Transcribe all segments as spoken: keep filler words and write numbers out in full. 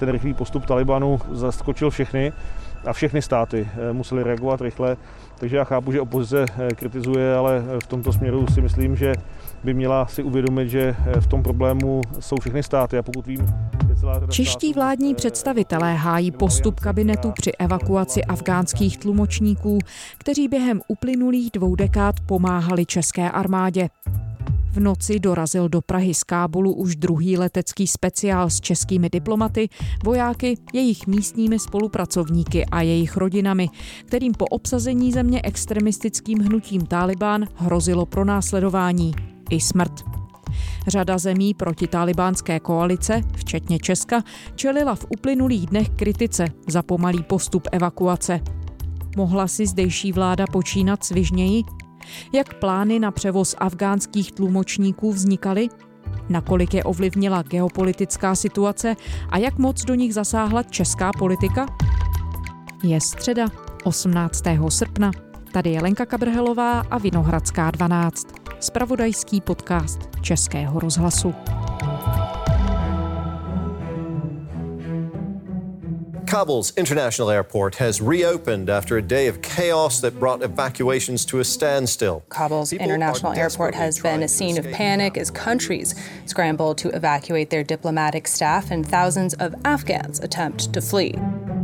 ten rychlý postup Talibanu zaskočil všechny a všechny státy museli reagovat rychle. Takže já chápu, že opozice kritizuje, ale v tomto směru si myslím, že by měla si uvědomit, že v tom problému jsou všechny státy. A pokud vím, je celá řada Čeští států, vládní představitelé hájí postup kabinetu při evakuaci afghánských tlumočníků, kteří během uplynulých dvou dekád pomáhali české armádě. V noci dorazil do Prahy z Kábulu už druhý letecký speciál s českými diplomaty, vojáky, jejich místními spolupracovníky a jejich rodinami, kterým po obsazení země extremistickým hnutím Tálibán hrozilo pronásledování i smrt. Řada zemí protitalibánské koalice, včetně Česka, čelila v uplynulých dnech kritice za pomalý postup evakuace. Mohla si zdejší vláda počínat svižněji? Jak plány na převoz afghánských tlumočníků vznikaly? Nakolik je ovlivnila geopolitická situace a jak moc do nich zasáhla česká politika? Je středa, osmnáctého srpna. Tady je Lenka Kabrhelová a Vinohradská dvanáct. Zpravodajský podcast Českého rozhlasu. Kabul's international airport has reopened after a day of chaos that brought evacuations to a standstill. Kabul's international airport has been a scene of panic as countries scramble to evacuate their diplomatic staff and thousands of Afghans attempt to flee.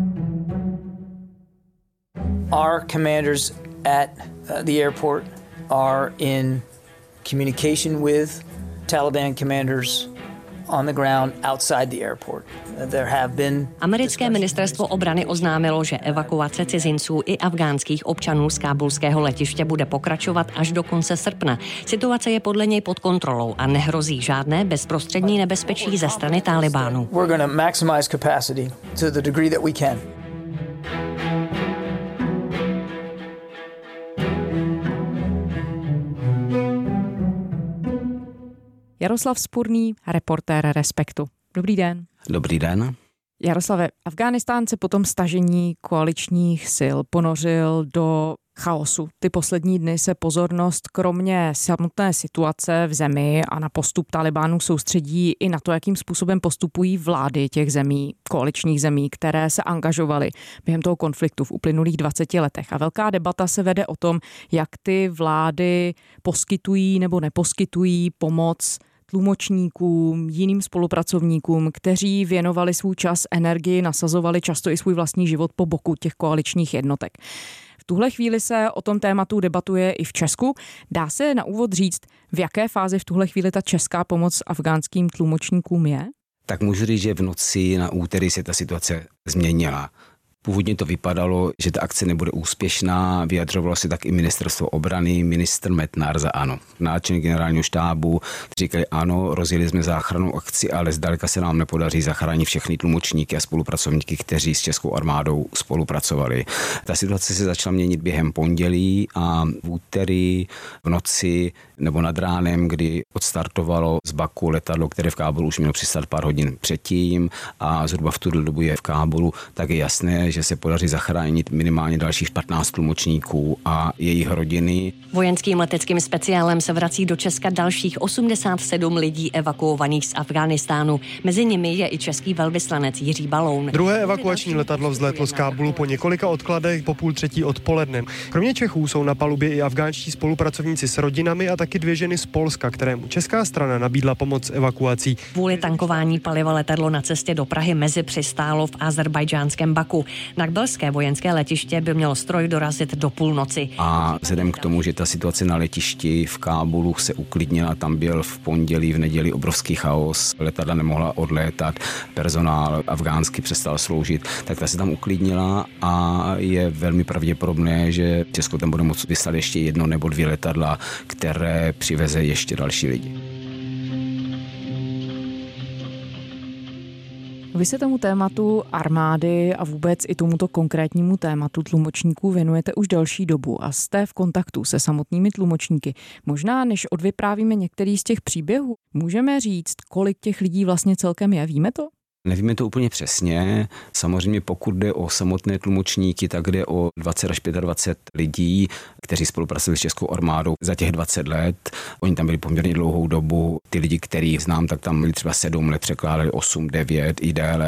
Our commanders at uh, the airport are in communication with Taliban commanders on the ground outside the airport. There have been Americké ministerstvo obrany oznámilo, že evakuace cizinců i afghánských občanů z kábulského letiště bude pokračovat až do konce srpna. Situace je podle něj pod kontrolou a nehrozí žádné bezprostřední nebezpečí ze strany Tálibánu. We're going to maximize capacity to the degree that we can. Jaroslav Spurný, reportér Respektu. Dobrý den. Dobrý den. Jaroslave, Afghánistán se po tom stažení koaličních sil ponořil do chaosu. Ty poslední dny se pozornost kromě samotné situace v zemi a na postup Talibánu soustředí i na to, jakým způsobem postupují vlády těch zemí, koaličních zemí, které se angažovaly během toho konfliktu v uplynulých dvaceti letech. A velká debata se vede o tom, jak ty vlády poskytují nebo neposkytují pomoc tlumočníkům, jiným spolupracovníkům, kteří věnovali svůj čas, energii, nasazovali často i svůj vlastní život po boku těch koaličních jednotek. V tuhle chvíli se o tom tématu debatuje i v Česku. Dá se na úvod říct, v jaké fázi v tuhle chvíli ta česká pomoc afghánským tlumočníkům je? Tak můžu říct, že v noci na úterý se ta situace změnila. Původně to vypadalo, že ta akce nebude úspěšná, vyjadřovalo se tak i ministerstvo obrany, ministr Metnar za ANO. Náčelník generálního štábu říkali ano, rozjeli jsme záchrannou akci, ale zdaleka se nám nepodaří zachránit všechny tlumočníky a spolupracovníky, kteří s českou armádou spolupracovali. Ta situace se začala měnit během pondělí a v úterý v noci nebo nad ránem, kdy odstartovalo z Baku letadlo, které v Kábulu už mělo přistát pár hodin předtím a zhruba v tu dobu je v Kábulu, tak je jasné, že se podaří zachránit minimálně dalších patnáct tlumočníků a jejich rodiny. Vojenským leteckým speciálem se vrací do Česka dalších osmdesát sedm lidí evakuovaných z Afghánistánu. Mezi nimi je i český velvyslanec Jiří Baloun. Druhé evakuační letadlo vzlétlo z Kábulu po několika odkladech po půl třetí odpoledne. Kromě Čechů jsou na palubě i afghánští spolupracovníci s rodinami a taky dvě ženy z Polska, kterému česká strana nabídla pomoc evakuací. Kvůli tankování paliva letadlo na cestě do Prahy mezi přistálo v azerbajdžánském Baku. Na kbelské vojenské letiště by měl stroj dorazit do půlnoci. A vzhledem k tomu, že ta situace na letišti v Kábulu se uklidnila, tam byl v pondělí, v neděli obrovský chaos, letadla nemohla odlétat, personál afgánský přestal sloužit, tak ta se tam uklidnila a je velmi pravděpodobné, že Česko tam bude moct vyslat ještě jedno nebo dvě letadla, které přiveze ještě další lidi. Vy se tomu tématu armády a vůbec i tomuto konkrétnímu tématu tlumočníků věnujete už delší dobu a jste v kontaktu se samotnými tlumočníky. Možná, než odvyprávíme některý z těch příběhů, můžeme říct, kolik těch lidí vlastně celkem je, víme to? Nevíme to úplně přesně. Samozřejmě pokud jde o samotné tlumočníky, tak jde o dvacet až dvacet pět lidí, kteří spolupracovali s českou armádou za těch dvacet let. Oni tam byli poměrně dlouhou dobu. Ty lidi, který znám, tak tam byli třeba sedm let, překládali osm, devět i déle.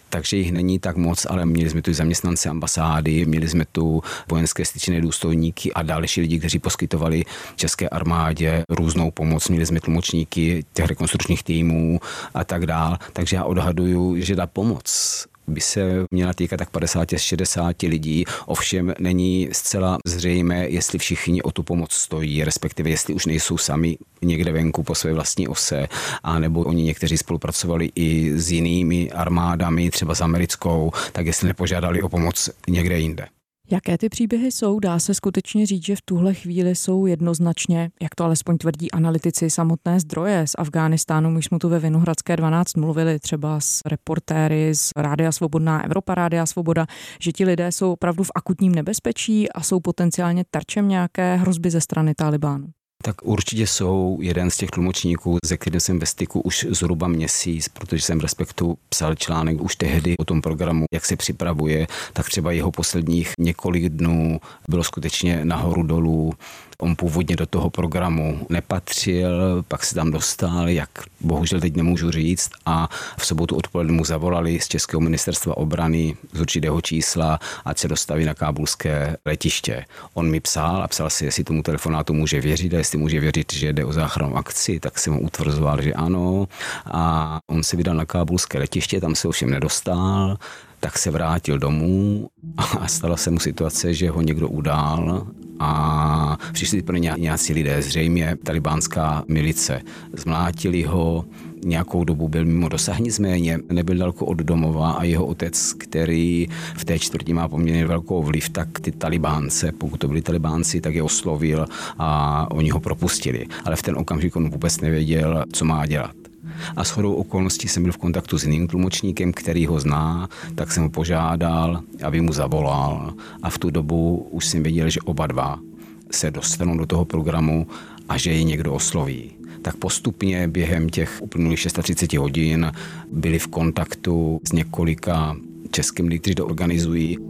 takže jich není tak moc, ale měli jsme tu zaměstnance ambasády, měli jsme tu vojenské styčné důstojníky a další lidi, kteří poskytovali české armádě různou pomoc. Měli jsme tlumočníky těch rekonstrukčních týmů a tak dál. Takže já odhaduju, že ta pomoc by se měla týkat tak padesát až šedesát lidí, ovšem není zcela zřejmé, jestli všichni o tu pomoc stojí, respektive jestli už nejsou sami někde venku po své vlastní ose, anebo oni někteří spolupracovali i s jinými armádami, třeba s americkou, tak jestli nepožádali o pomoc někde jinde. Jaké ty příběhy jsou? Dá se skutečně říct, že v tuhle chvíli jsou jednoznačně, jak to alespoň tvrdí analytici, samotné zdroje z Afghánistánu. My jsme tu ve Vinohradské dvanáct mluvili třeba s reportéry z Rádia Svobodná Evropa, Rádia Svoboda, že ti lidé jsou opravdu v akutním nebezpečí a jsou potenciálně terčem nějaké hrozby ze strany Talibánu. Tak určitě jsou. Jeden z těch tlumočníků, ze kterým jsem ve styku už zhruba měsíc, protože jsem v Respektu psal článek už tehdy o tom programu, jak se připravuje, tak třeba jeho posledních několik dnů bylo skutečně nahoru dolů. On původně do toho programu nepatřil, pak se tam dostal, jak bohužel teď nemůžu říct, a v sobotu odpoledne mu zavolali z Českého ministerstva obrany z určitého čísla, ať se dostaví na kábulské letiště. On mi psal a psal si, jestli tomu telefonátu může věřit a jestli může věřit, že jde o záchrannou akci, tak jsem mu utvrzoval, že ano. A on se vydal na kábulské letiště, tam se ovšem nedostal, tak se vrátil domů a stala se mu situace, že ho někdo udál a přišli pro ně nějací lidé, zřejmě talibánská milice. Zmlátili ho, nějakou dobu byl mimo dosah, nicméně nebyl daleko od domova a jeho otec, který v té čtvrti má poměrně velkou vliv, tak ty talibánce, pokud to byli talibánci, tak je oslovil a oni ho propustili. Ale v ten okamžik on vůbec nevěděl, co má dělat. A shodou okolností jsem byl v kontaktu s jiným tlumočníkem, který ho zná, tak jsem ho požádal, aby mu zavolal. A v tu dobu už jsem věděl, že oba dva se dostanou do toho programu a že je někdo osloví. Tak postupně během těch uplynulých třicet šest hodin byli v kontaktu s několika českými lidmi, kteří to organizují.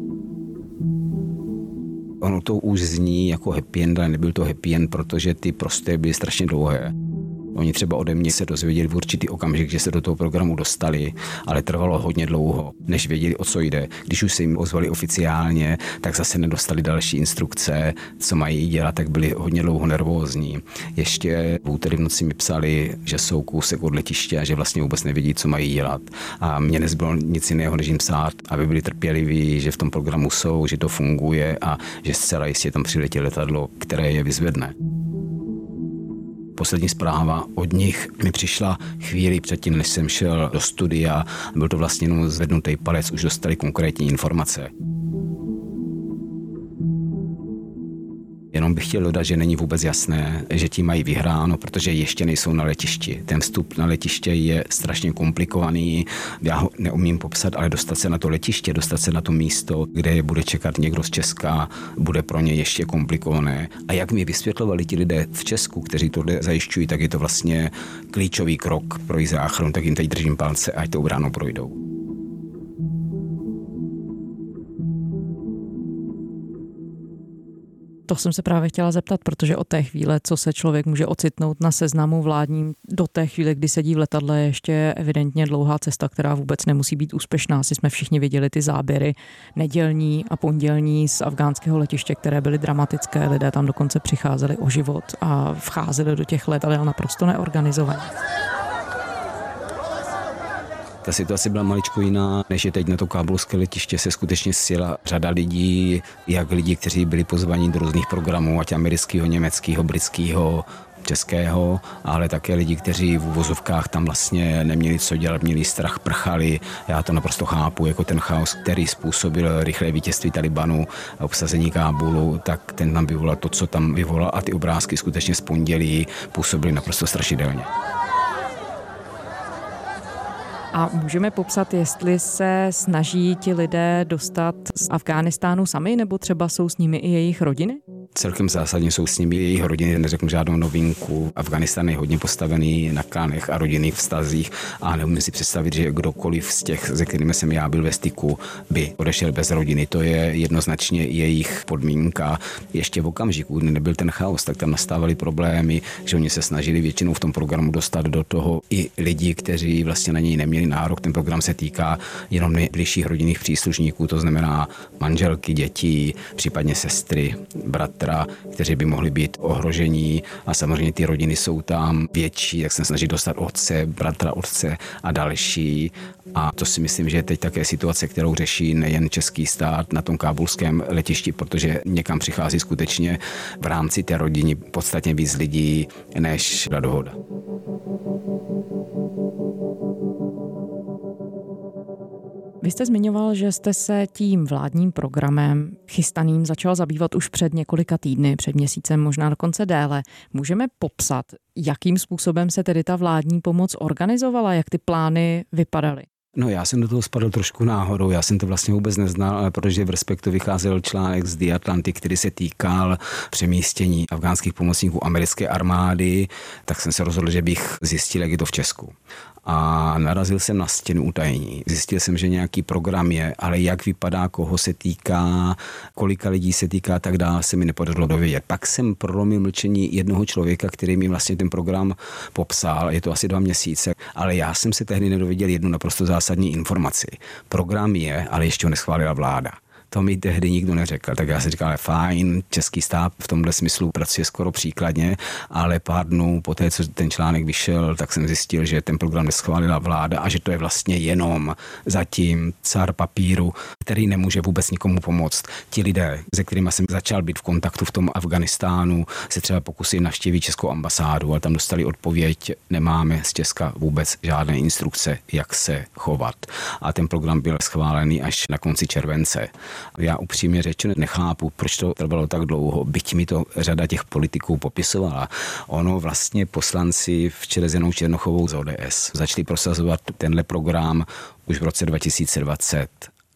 Ono to už zní jako happy end, ale nebyl to happy end, protože ty prostory byly strašně dlouhé. Oni třeba ode mě se dozvěděli v určitý okamžik, že se do toho programu dostali, ale trvalo hodně dlouho, než věděli, o co jde. Když už se jim ozvali oficiálně, tak zase nedostali další instrukce, co mají dělat, tak byli hodně dlouho nervózní. Ještě v úterý v noci mi psali, že jsou kousek od letiště a že vlastně vůbec nevědí, co mají dělat. A mně nezbylo nic jiného, než jim psát, aby byli trpěliví, že v tom programu jsou, že to funguje a že zcela jistě tam přiletí letadlo, které je vyzvedne. Poslední zpráva od nich mi přišla chvíli předtím, než jsem šel do studia. Byl to vlastně jenom zvednutý palec, už dostali konkrétní informace. Jenom bych chtěl dodat, že není vůbec jasné, že ti mají vyhráno, protože ještě nejsou na letišti. Ten vstup na letiště je strašně komplikovaný. Já ho neumím popsat, ale dostat se na to letiště, dostat se na to místo, kde je bude čekat někdo z Česka, bude pro ně ještě komplikované. A jak mi vysvětlovali ti lidé v Česku, kteří to zajišťují, tak je to vlastně klíčový krok pro jejich záchranu, tak jim teď držím palce, ať tou bránou projdou. To jsem se právě chtěla zeptat, protože od té chvíle, co se člověk může ocitnout na seznamu vládním, do té chvíle, kdy sedí v letadle, je ještě evidentně dlouhá cesta, která vůbec nemusí být úspěšná. Asi jsme všichni viděli ty záběry nedělní a pondělní z afghánského letiště, které byly dramatické. Lidé tam dokonce přicházeli o život a vcházeli do těch letadel naprosto neorganizovaně. Ta situace byla maličko jiná, než je teď na to kábulské letiště se skutečně sjela řada lidí, jak lidí, kteří byli pozvaní do různých programů, ať amerického, německého, britského, českého, ale také lidi, kteří v uvozovkách tam vlastně neměli co dělat, měli strach, prchali. Já to naprosto chápu, jako ten chaos, který způsobil rychlé vítězství Talibanu a obsazení Kábulu, tak ten tam vyvolal to, co tam vyvolal a ty obrázky skutečně z pondělí působily naprosto strašidelně. A můžeme popsat, jestli se snaží ti lidé dostat z Afghánistánu sami, nebo třeba jsou s nimi i jejich rodiny? Celkem zásadně jsou s nimi jejich rodiny, neřeknu žádnou novinku. Afghánistán je hodně postavený na klanech a rodinných vztazích a neumím si představit, že kdokoliv z těch, se kterými jsem já byl ve styku, by odešel bez rodiny. To je jednoznačně jejich podmínka. Ještě v okamžiku, kdy nebyl ten chaos, tak tam nastávaly problémy, že oni se snažili většinou v tom programu dostat do toho i lidi, kteří vlastně na něj neměli žádný nárok. Ten program se týká jenom nejbližších rodinných příslušníků, to znamená manželky, dětí, případně sestry, bratra, kteří by mohli být ohrožení, a samozřejmě ty rodiny jsou tam větší, jak se snaží dostat otce, bratra, otce a další. A to si myslím, že je teď také situace, kterou řeší nejen český stát na tom kábulském letišti, protože někam přichází skutečně v rámci té rodiny podstatně víc lidí, než byla dohoda. Vy jste zmiňoval, že jste se tím vládním programem chystaným začal zabývat už před několika týdny, před měsícem, možná dokonce déle. Můžeme popsat, jakým způsobem se tedy ta vládní pomoc organizovala, jak ty plány vypadaly? No, já jsem do toho spadl trošku náhodou, já jsem to vlastně vůbec neznal, ale protože v Respektu vycházel článek z The Atlantic, který se týkal přemístění afgánských pomocníků americké armády, tak jsem se rozhodl, že bych zjistil, jak je to v Česku. A narazil jsem na stěnu utajení. Zjistil jsem, že nějaký program je, ale jak vypadá, koho se týká, kolika lidí se týká, tak dále se mi nepodařilo dovědět. Pak jsem prolomil mlčení jednoho člověka, který mi vlastně ten program popsal, je to asi dva měsíce, ale já jsem se tehdy nedověděl jednu naprosto zásadní informaci. Program je, ale ještě ho neschválila vláda. To mi tehdy nikdo neřekl, tak já si říkal, ale fajn, český stát v tomhle smyslu pracuje skoro příkladně, ale pár dnů po té, co ten článek vyšel, tak jsem zjistil, že ten program neschválila vláda a že to je vlastně jenom zatím cár papíru, který nemůže vůbec nikomu pomoct. Ti lidé, se kterými jsem začal být v kontaktu v tom Afganistánu, se třeba pokusili navštívit českou ambasádu, ale tam dostali odpověď, nemáme z Česka vůbec žádné instrukce, jak se chovat. A ten program byl schválený až na konci července. Já upřímně řečeno nechápu, proč to trvalo tak dlouho, byť mi to řada těch politiků popisovala. Ono vlastně poslanci v čele s Janou Černochovou z O D S začali prosazovat tenhle program už v roce dva tisíce dvacet.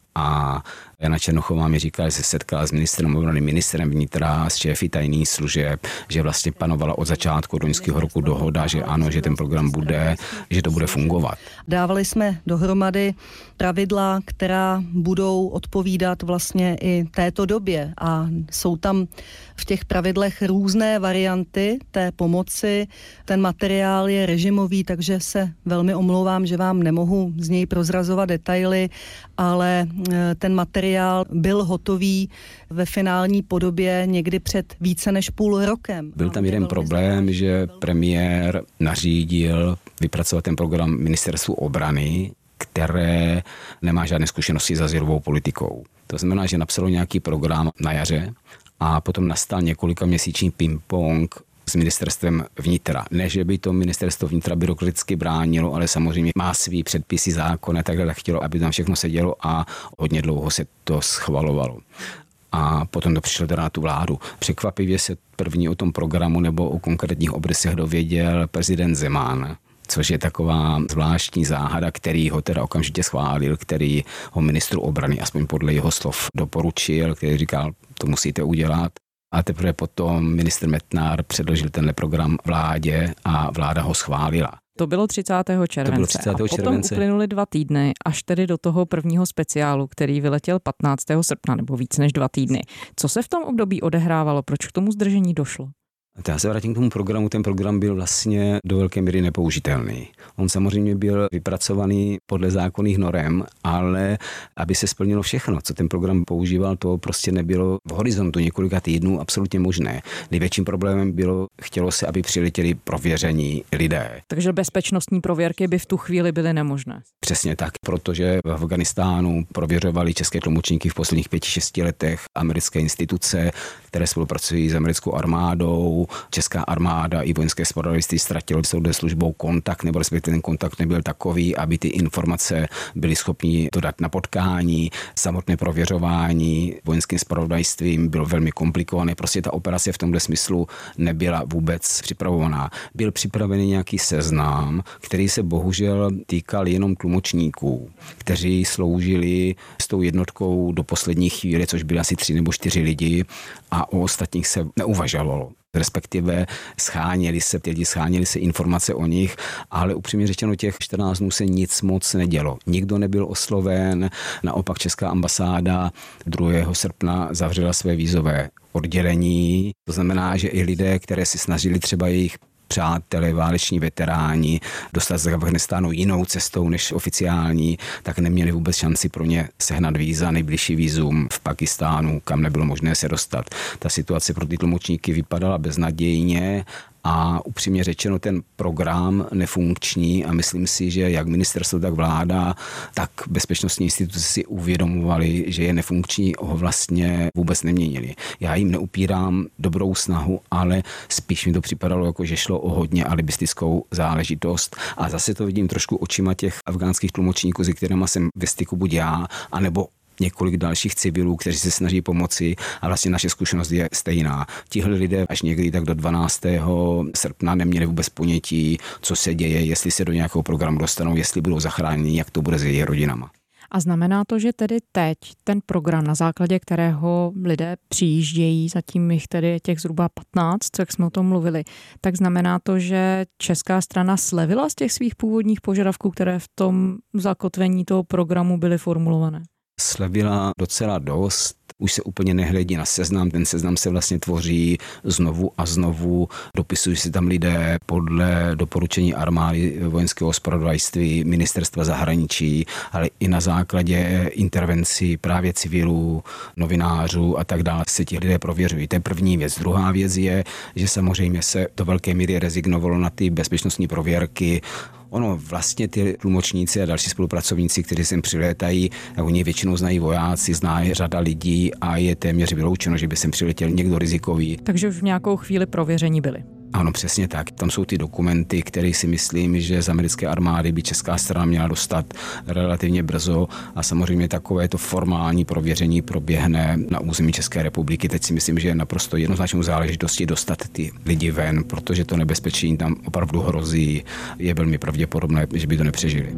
A Jana Černochová mi říkala, že se setkala s ministrem obrany, ministrem vnitra, s šéfy tajných služeb, že vlastně panovala od začátku loňského roku dohoda, že ano, že ten program bude, že to bude fungovat. Dávali jsme dohromady pravidla, která budou odpovídat vlastně i této době, a jsou tam v těch pravidlech různé varianty té pomoci. Ten materiál je režimový, takže se velmi omlouvám, že vám nemohu z něj prozrazovat detaily, ale ten materiál byl hotový ve finální podobě někdy před více než půl rokem. Byl tam jeden problém, že premiér nařídil vypracovat ten program ministerstvu obrany, které nemá žádné zkušenosti s azylovou politikou. To znamená, že napsalo nějaký program na jaře a potom nastal několika měsíční ping-pong s ministerstvem vnitra. Ne, že by to ministerstvo vnitra byrokraticky bránilo, ale samozřejmě má svý předpisy, zákony, takhle chtělo, aby tam všechno sedělo a hodně dlouho se to schvalovalo. A potom to přišlo teda na tu vládu. Překvapivě se první o tom programu nebo o konkrétních obrysech dověděl prezident Zeman, což je taková zvláštní záhada, který ho teda okamžitě schválil, který ho ministru obrany, aspoň podle jeho slov, doporučil, který říkal, to musíte udělat. A teprve potom ministr Metnar předložil tenhle program vládě a vláda ho schválila. To bylo třicátého července. To bylo třicátého a potom července. uplynuly dva týdny, až tedy do toho prvního speciálu, který vyletěl patnáctého srpna, nebo víc než dva týdny. Co se v tom období odehrávalo? Proč k tomu zdržení došlo? Já se vrátím k tomu programu. Ten program byl vlastně do velké míry nepoužitelný. On samozřejmě byl vypracovaný podle zákonných norem, ale aby se splnilo všechno, co ten program používal, to prostě nebylo v horizontu několika týdnů absolutně možné. Největším problémem bylo, chtělo se, aby přiletěli prověření lidé. Takže bezpečnostní prověrky by v tu chvíli byly nemožné. Přesně tak, protože v Afganistánu prověřovali české tlumočníky v posledních pěti, šesti letech americké instituce, které spolupracují s americkou armádou. Česká armáda i vojenské zpravodajství ztratilo s touto službou kontakt, nebo respektive ten kontakt nebyl takový, aby ty informace byly schopni dodat na potkání. Samotné prověřování vojenským zpravodajstvím bylo velmi komplikované. Prostě ta operace v tomto smyslu nebyla vůbec připravovaná. Byl připravený nějaký seznam, který se bohužel týkal jenom tlumočníků, kteří sloužili s tou jednotkou do poslední chvíle, což byly asi tři nebo čtyři lidi, a o ostatních se neuvažovalo. Respektive scháněli se, ty lidi scháněli se informace o nich, ale upřímně řečeno těch čtrnáct dnů se nic moc nedělo. Nikdo nebyl osloven, naopak česká ambasáda druhého srpna zavřela své vízové oddělení. To znamená, že i lidé, které si snažili třeba jejich přátelé, váleční veteráni dostat z Afghánistánu jinou cestou než oficiální, tak neměli vůbec šanci pro ně sehnat víza, nejbližší vízum v Pakistánu, kam nebylo možné se dostat. Ta situace pro ty tlumočníky vypadala beznadějně a upřímně řečeno ten program nefunkční a myslím si, že jak ministerstvo, tak vláda, tak bezpečnostní instituce si uvědomovali, že je nefunkční, ho vlastně vůbec neměnili. Já jim neupírám dobrou snahu, ale spíš mi to připadalo, jako že šlo o hodně alibistickou záležitost a zase to vidím trošku očima těch afgánských tlumočníků, se kterými jsem ve styku buď já, anebo několik dalších civilů, kteří se snaží pomoci a vlastně naše zkušenost je stejná. Tihle lidé až někdy tak do dvanáctého srpna neměli vůbec ponětí, co se děje, jestli se do nějakého programu dostanou, jestli budou zachráněni, jak to bude s jejich rodinama. A znamená to, že tedy teď ten program, na základě kterého lidé přijíždějí, zatím jich tedy je těch zhruba patnáct, jak jsme o tom mluvili, tak znamená to, že česká strana slevila z těch svých původních požadavků, které v tom zakotvení toho programu byly formulované? Slevila docela dost. Už se úplně nehledí na seznam, ten seznam se vlastně tvoří znovu a znovu, dopisují si tam lidé podle doporučení armády, vojenského zpravodajství, ministerstva zahraničí, ale i na základě intervencí právě civilů, novinářů a tak dále se ti lidé prověřují. To je první věc. Druhá věc je, že samozřejmě se do velké míry rezignovalo na ty bezpečnostní prověrky. Ono vlastně ty tlumočníci a další spolupracovníci, kteří sem přilétají, oni většinou znají vojáci, zná řada lidí a je téměř vyloučeno, že by sem přiletěl někdo rizikový. Takže už v nějakou chvíli prověření byli. Ano, přesně tak. Tam jsou ty dokumenty, které si myslím, že z americké armády by česká strana měla dostat relativně brzo a samozřejmě takové to formální prověření proběhne na území České republiky. Teď si myslím, že je naprosto jednoznačnou záležitostí dostat ty lidi ven, protože to nebezpečí tam opravdu hrozí. Je velmi pravděpodobné, že by to nepřežili.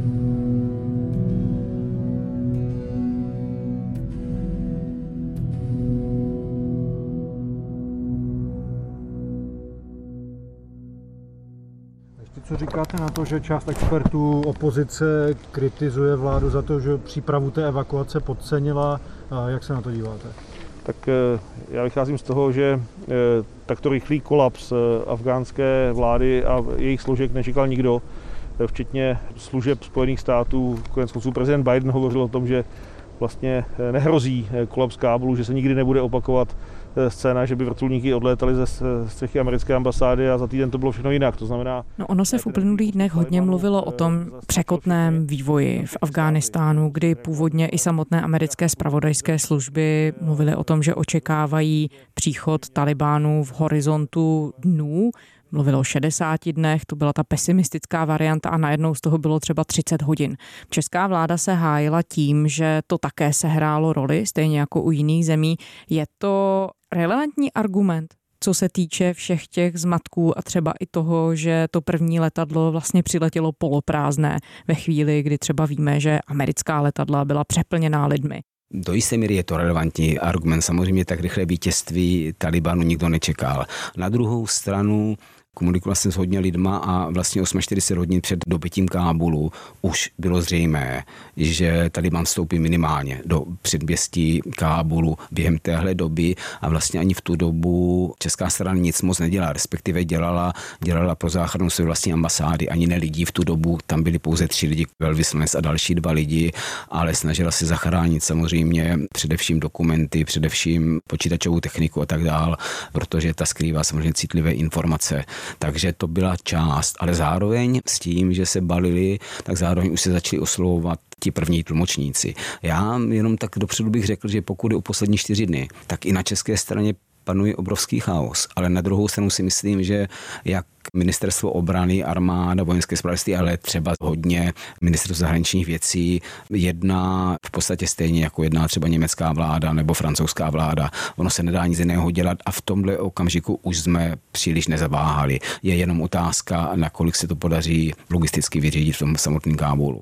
Co říkáte na to, že část expertů opozice kritizuje vládu za to, že přípravu té evakuace podcenila? A jak se na to díváte? Tak já vycházím z toho, že takto rychlý kolaps afgánské vlády a jejich složek nečekal nikdo, včetně služeb Spojených států. Koneckonců prezident Biden hovořil o tom, že vlastně nehrozí kolaps Kábulu, že se nikdy nebude opakovat scéna, že by vrtulníky odlétaly ze střechy americké ambasády a za týden to bylo všechno jinak. To znamená... No ono se v uplynulých dnech hodně mluvilo o tom překotném vývoji v Afghánistánu, kdy původně i samotné americké zpravodajské služby mluvily o tom, že očekávají příchod Talibánů v horizontu dnů. Mluvilo o šedesáti dnech, to byla ta pesimistická varianta a najednou z toho bylo třeba třicet hodin. Česká vláda se hájila tím, že to také sehrálo roli, stejně jako u jiných zemí. Je to relevantní argument, co se týče všech těch zmatků a třeba i toho, že to první letadlo vlastně přiletělo poloprázdné ve chvíli, kdy třeba víme, že americká letadla byla přeplněná lidmi. Do jisté míry je to relevantní argument. Samozřejmě tak rychlé vítězství Talibanu nikdo nečekal. Na druhou stranu komunikoval jsem s hodně lidma a vlastně čtyřicet osm hodin před dobytím Kábulu už bylo zřejmé, že Taliban vstoupí minimálně do předměstí Kábulu během téhle doby a vlastně ani v tu dobu česká strana nic moc nedělala, respektive dělala, dělala pro záchranu své vlastní ambasády, ani ne lidí v tu dobu, tam byli pouze tři lidi, velvyslanec a další dva lidi, ale snažila se zachránit samozřejmě především dokumenty, především počítačovou techniku a tak dál, protože ta skrývá samozřejmě citlivé informace. Takže to byla část, ale zároveň s tím, že se balili, tak zároveň už se začali oslovovat ti první tlumočníci. Já jenom tak dopředu bych řekl, že pokud je o poslední čtyři dny, tak i na české straně panuje obrovský chaos, ale na druhou stranu si myslím, že jak ministerstvo obrany, armáda, vojenské zpravodajství, ale třeba hodně ministerstvo zahraničních věcí jedná v podstatě stejně jako jedná třeba německá vláda nebo francouzská vláda. Ono se nedá nic jiného dělat a v tomhle okamžiku už jsme příliš nezaváhali. Je jenom otázka, nakolik se to podaří logisticky vyřídit v tom samotném Kábulu.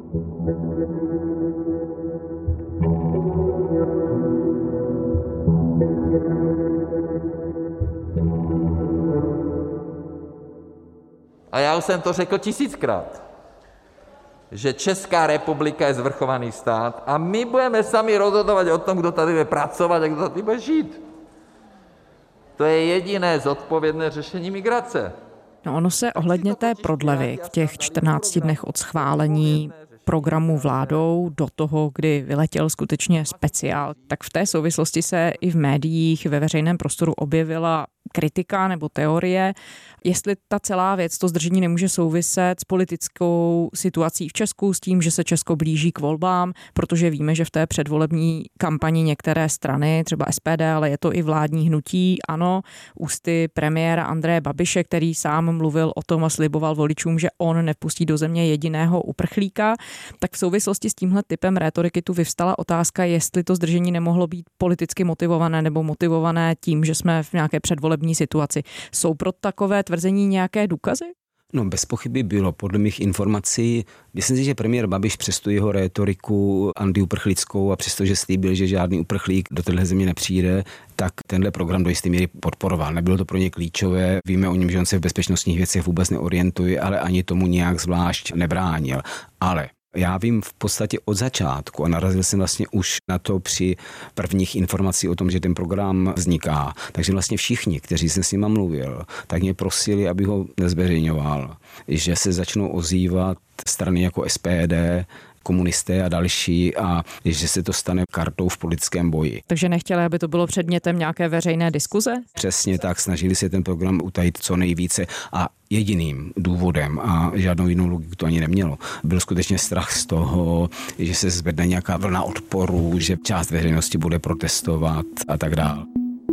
A já už jsem to řekl tisíckrát, že Česká republika je svrchovaný stát a my budeme sami rozhodovat o tom, kdo tady bude pracovat a kdo tady bude žít. To je jediné zodpovědné řešení migrace. No ono se ohledně té prodlevy v těch čtrnácti dnech od schválení programu vládou do toho, kdy vyletěl skutečně speciál, tak v té souvislosti se i v médiích, ve veřejném prostoru objevila kritika nebo teorie, jestli ta celá věc, to zdržení nemůže souviset s politickou situací v Česku, s tím, že se Česko blíží k volbám, protože víme, že v té předvolební kampani některé strany, třeba S P D, ale je to i vládní hnutí, ano, ústy premiéra Andreje Babiše, který sám mluvil o tom a sliboval voličům, že on nepustí do země jediného uprchlíka, tak v souvislosti s tímhle typem rétoriky tu vyvstala otázka, jestli to zdržení nemohlo být politicky motivované nebo motivované tím, že jsme v nějaké předvolební situaci. Jsou pro takové tvrzení nějaké důkazy? No bez pochyby bylo. Podle mých informací, myslím si, že premiér Babiš přes tu jeho rétoriku antiuprchlickou a přestože slíbil, že žádný uprchlík do téhle země nepřijde, tak tenhle program do jisté míry podporoval. Nebylo to pro ně klíčové, víme o něm, že on se v bezpečnostních věcech vůbec neorientuje, ale ani tomu nějak zvlášť nebránil. Ale já vím v podstatě od začátku a narazil jsem vlastně už na to při prvních informací o tom, že ten program vzniká. Takže vlastně všichni, kteří jsem s nima mluvil, tak mě prosili, aby ho nezveřejňoval. Že se začnou ozývat strany jako S P D, komunisté a další a že se to stane kartou v politickém boji. Takže nechtěli, aby to bylo předmětem nějaké veřejné diskuze? Přesně tak, snažili se ten program utajit co nejvíce a jediným důvodem, a žádnou jinou logiku to ani nemělo, byl skutečně strach z toho, že se zvedne nějaká vlna odporu, že část veřejnosti bude protestovat a tak dále.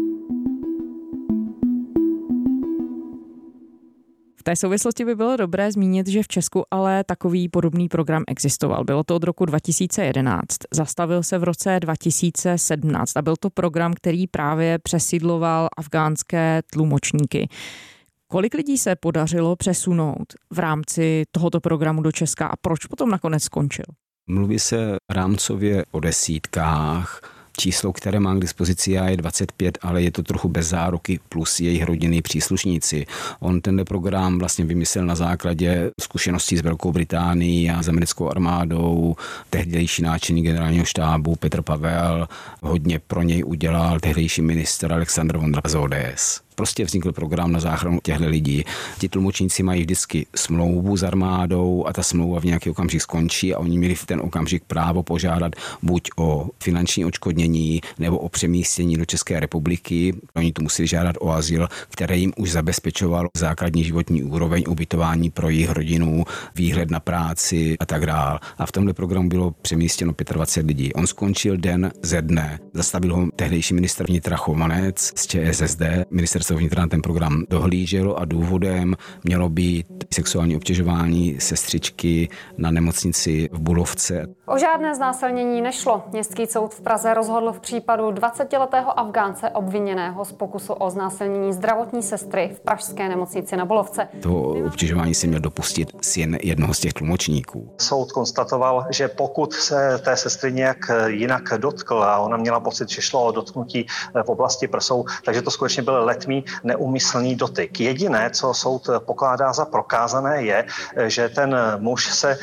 V té souvislosti by bylo dobré zmínit, že v Česku ale takový podobný program existoval. Bylo to od roku dva tisíce jedenáct. Zastavil se v roce dva tisíce sedmnáct a byl to program, který právě přesídloval afgánské tlumočníky. Kolik lidí se podařilo přesunout v rámci tohoto programu do Česka a proč potom nakonec skončil? Mluví se rámcově o desítkách. Číslo, které mám k dispozici, je dvacet pět, ale je to trochu bez záruky plus jejich rodinní příslušníci. On tenhle program vlastně vymyslel na základě zkušeností s Velkou Británií a s americkou armádou. Tehdejší náčelník generálního štábu Petr Pavel hodně pro něj udělal tehdejší ministr Alexandr Vondra z O D S. Prostě vznikl program na záchranu těchto lidí. Ti tlumočníci mají vždycky smlouvu s armádou a ta smlouva v nějaký okamžik skončí a oni měli v ten okamžik právo požádat buď o finanční odškodnění nebo o přemístění do České republiky. Oni tu museli žádat o azyl, které jim už zabezpečovalo základní životní úroveň, ubytování pro jejich rodinu, výhled na práci a tak dál. A v tomhle programu bylo přemístěno dvacet pět lidí. On skončil den ze dne. Zastavil ho tehdejší ministr vnitra Chovanec z Č S S D. Ministerstvo vnitra na ten program dohlíželo a důvodem mělo být sexuální obtěžování sestřičky na nemocnici v Bulovce. O žádné znásilnění nešlo. Městský soud v Praze rozhodl v případu dvacetiletého Afgánce obviněného z pokusu o znásilnění zdravotní sestry v pražské nemocnici na Bulovce. To obtěžování se měl dopustit z jen jednoho z těch tlumočníků. Soud konstatoval, že pokud se té sestry nějak jinak dotkl a ona měla pocit, že šlo o dotknutí v oblasti prsou, takže to skutečně byl letmý neúmyslný dotyk. Jediné, co soud pokládá za prokázané, je, že ten muž se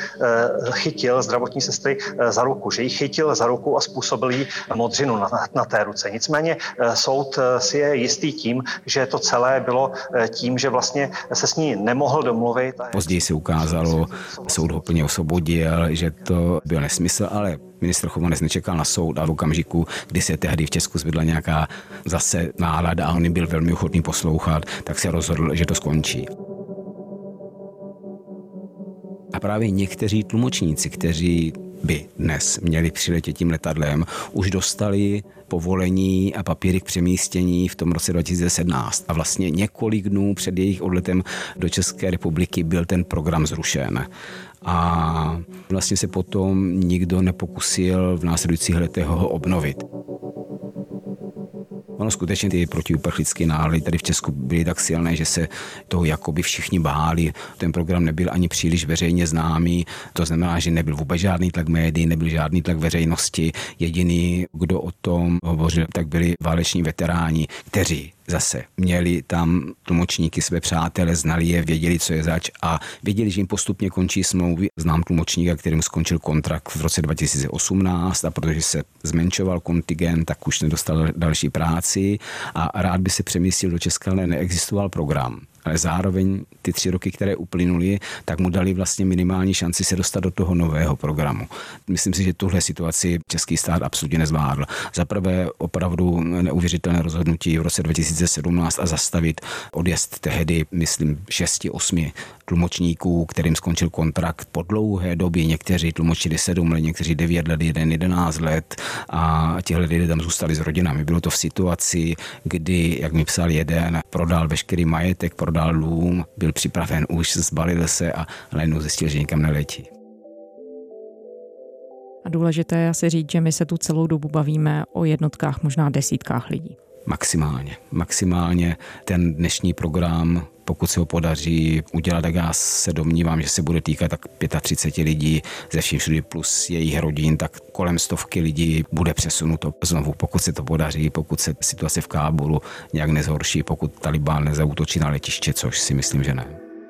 chytil zdravotní sestry za ruku, že ji chytil za ruku a způsobil jí modřinu na, na té ruce. Nicméně soud si je jistý tím, že to celé bylo tím, že vlastně se s ní nemohl domluvit. Později se ukázalo, soud ho plně osvobodil, že to byl nesmysl, ale ministr Chovanec nečekal na soud a v okamžiku, kdy se tehdy v Česku zvedla nějaká zase nálada a on byl velmi ochotný poslouchat, tak se rozhodl, že to skončí. A právě někteří tlumočníci, kteří by dnes měli přiletět tím letadlem, už dostali povolení a papíry k přemístění v tom roce dva tisíce sedmnáct. A vlastně několik dnů před jejich odletem do České republiky byl ten program zrušen. A vlastně se potom nikdo nepokusil v následujících letech ho obnovit. Ono skutečně ty protiuprchlické nálady tady v Česku byly tak silné, že se toho jakoby všichni báli. Ten program nebyl ani příliš veřejně známý, to znamená, že nebyl vůbec žádný tlak médií, nebyl žádný tlak veřejnosti. Jediný, kdo o tom hovořil, tak byli váleční veteráni, kteří zase měli tam tlumočníky, své přátele, znali je, věděli, co je zač a věděli, že jim postupně končí smlouvy. Znám tlumočníka, kterým skončil kontrakt v roce dva tisíce osmnáct a protože se zmenšoval kontingent, tak už nedostal další práci a rád by se přemístil do Česka, ale neexistoval program. Ale zároveň ty tři roky, které uplynuly, tak mu dali vlastně minimální šanci se dostat do toho nového programu. Myslím si, že tuhle situaci český stát absolutně nezvládl. Za prvé opravdu neuvěřitelné rozhodnutí v roce dva tisíce sedmnáct a zastavit odjezd tehdy, myslím, šesti, osmi tlumočníků, kterým skončil kontrakt po dlouhé době. Někteří tlumočili sedm let, někteří devět let, jeden jedenáct let a tihle lidé tam zůstali s rodinami. Bylo to v situaci, kdy, jak mi psal jeden, prodal veškerý majetek, prodal dům, byl připraven už, zbalil se a najednou zjistil, že nikam neletí. A důležité je asi říct, že my se tu celou dobu bavíme o jednotkách, možná desítkách lidí. Maximálně. Maximálně ten dnešní program, pokud se ho podaří udělat, tak já se domnívám, že se bude týkat tak třicet pět lidí ze vším všudy plus jejich rodin, tak kolem stovky lidí bude přesunuto znovu, pokud se to podaří, pokud se situace v Kábulu nějak nezhorší, pokud Talibán nezaútočí na letiště, což si myslím, že ne.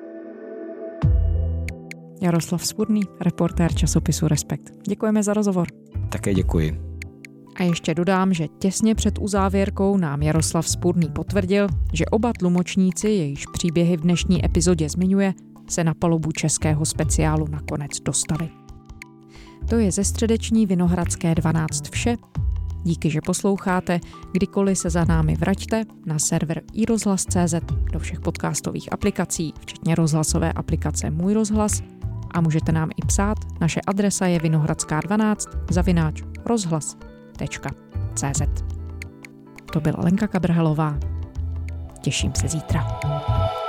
Jaroslav Spurný, reportér časopisu Respekt. Děkujeme za rozhovor. Také děkuji. A ještě dodám, že těsně před uzávěrkou nám Jaroslav Spurný potvrdil, že oba tlumočníci, jejichž příběhy v dnešní epizodě zmiňuje, se na palubu českého speciálu nakonec dostali. To je ze středeční Vinohradské dvanáct vše. Díky, že posloucháte. Kdykoliv se za námi vraťte na server i rozhlas tečka cé zet, do všech podcastových aplikací, včetně rozhlasové aplikace Můj rozhlas, a můžete nám i psát. Naše adresa je vinohradská dvanáct zavináč rozhlas tečka cé zet. To byla Lenka Kabrhelová. Těším se zítra.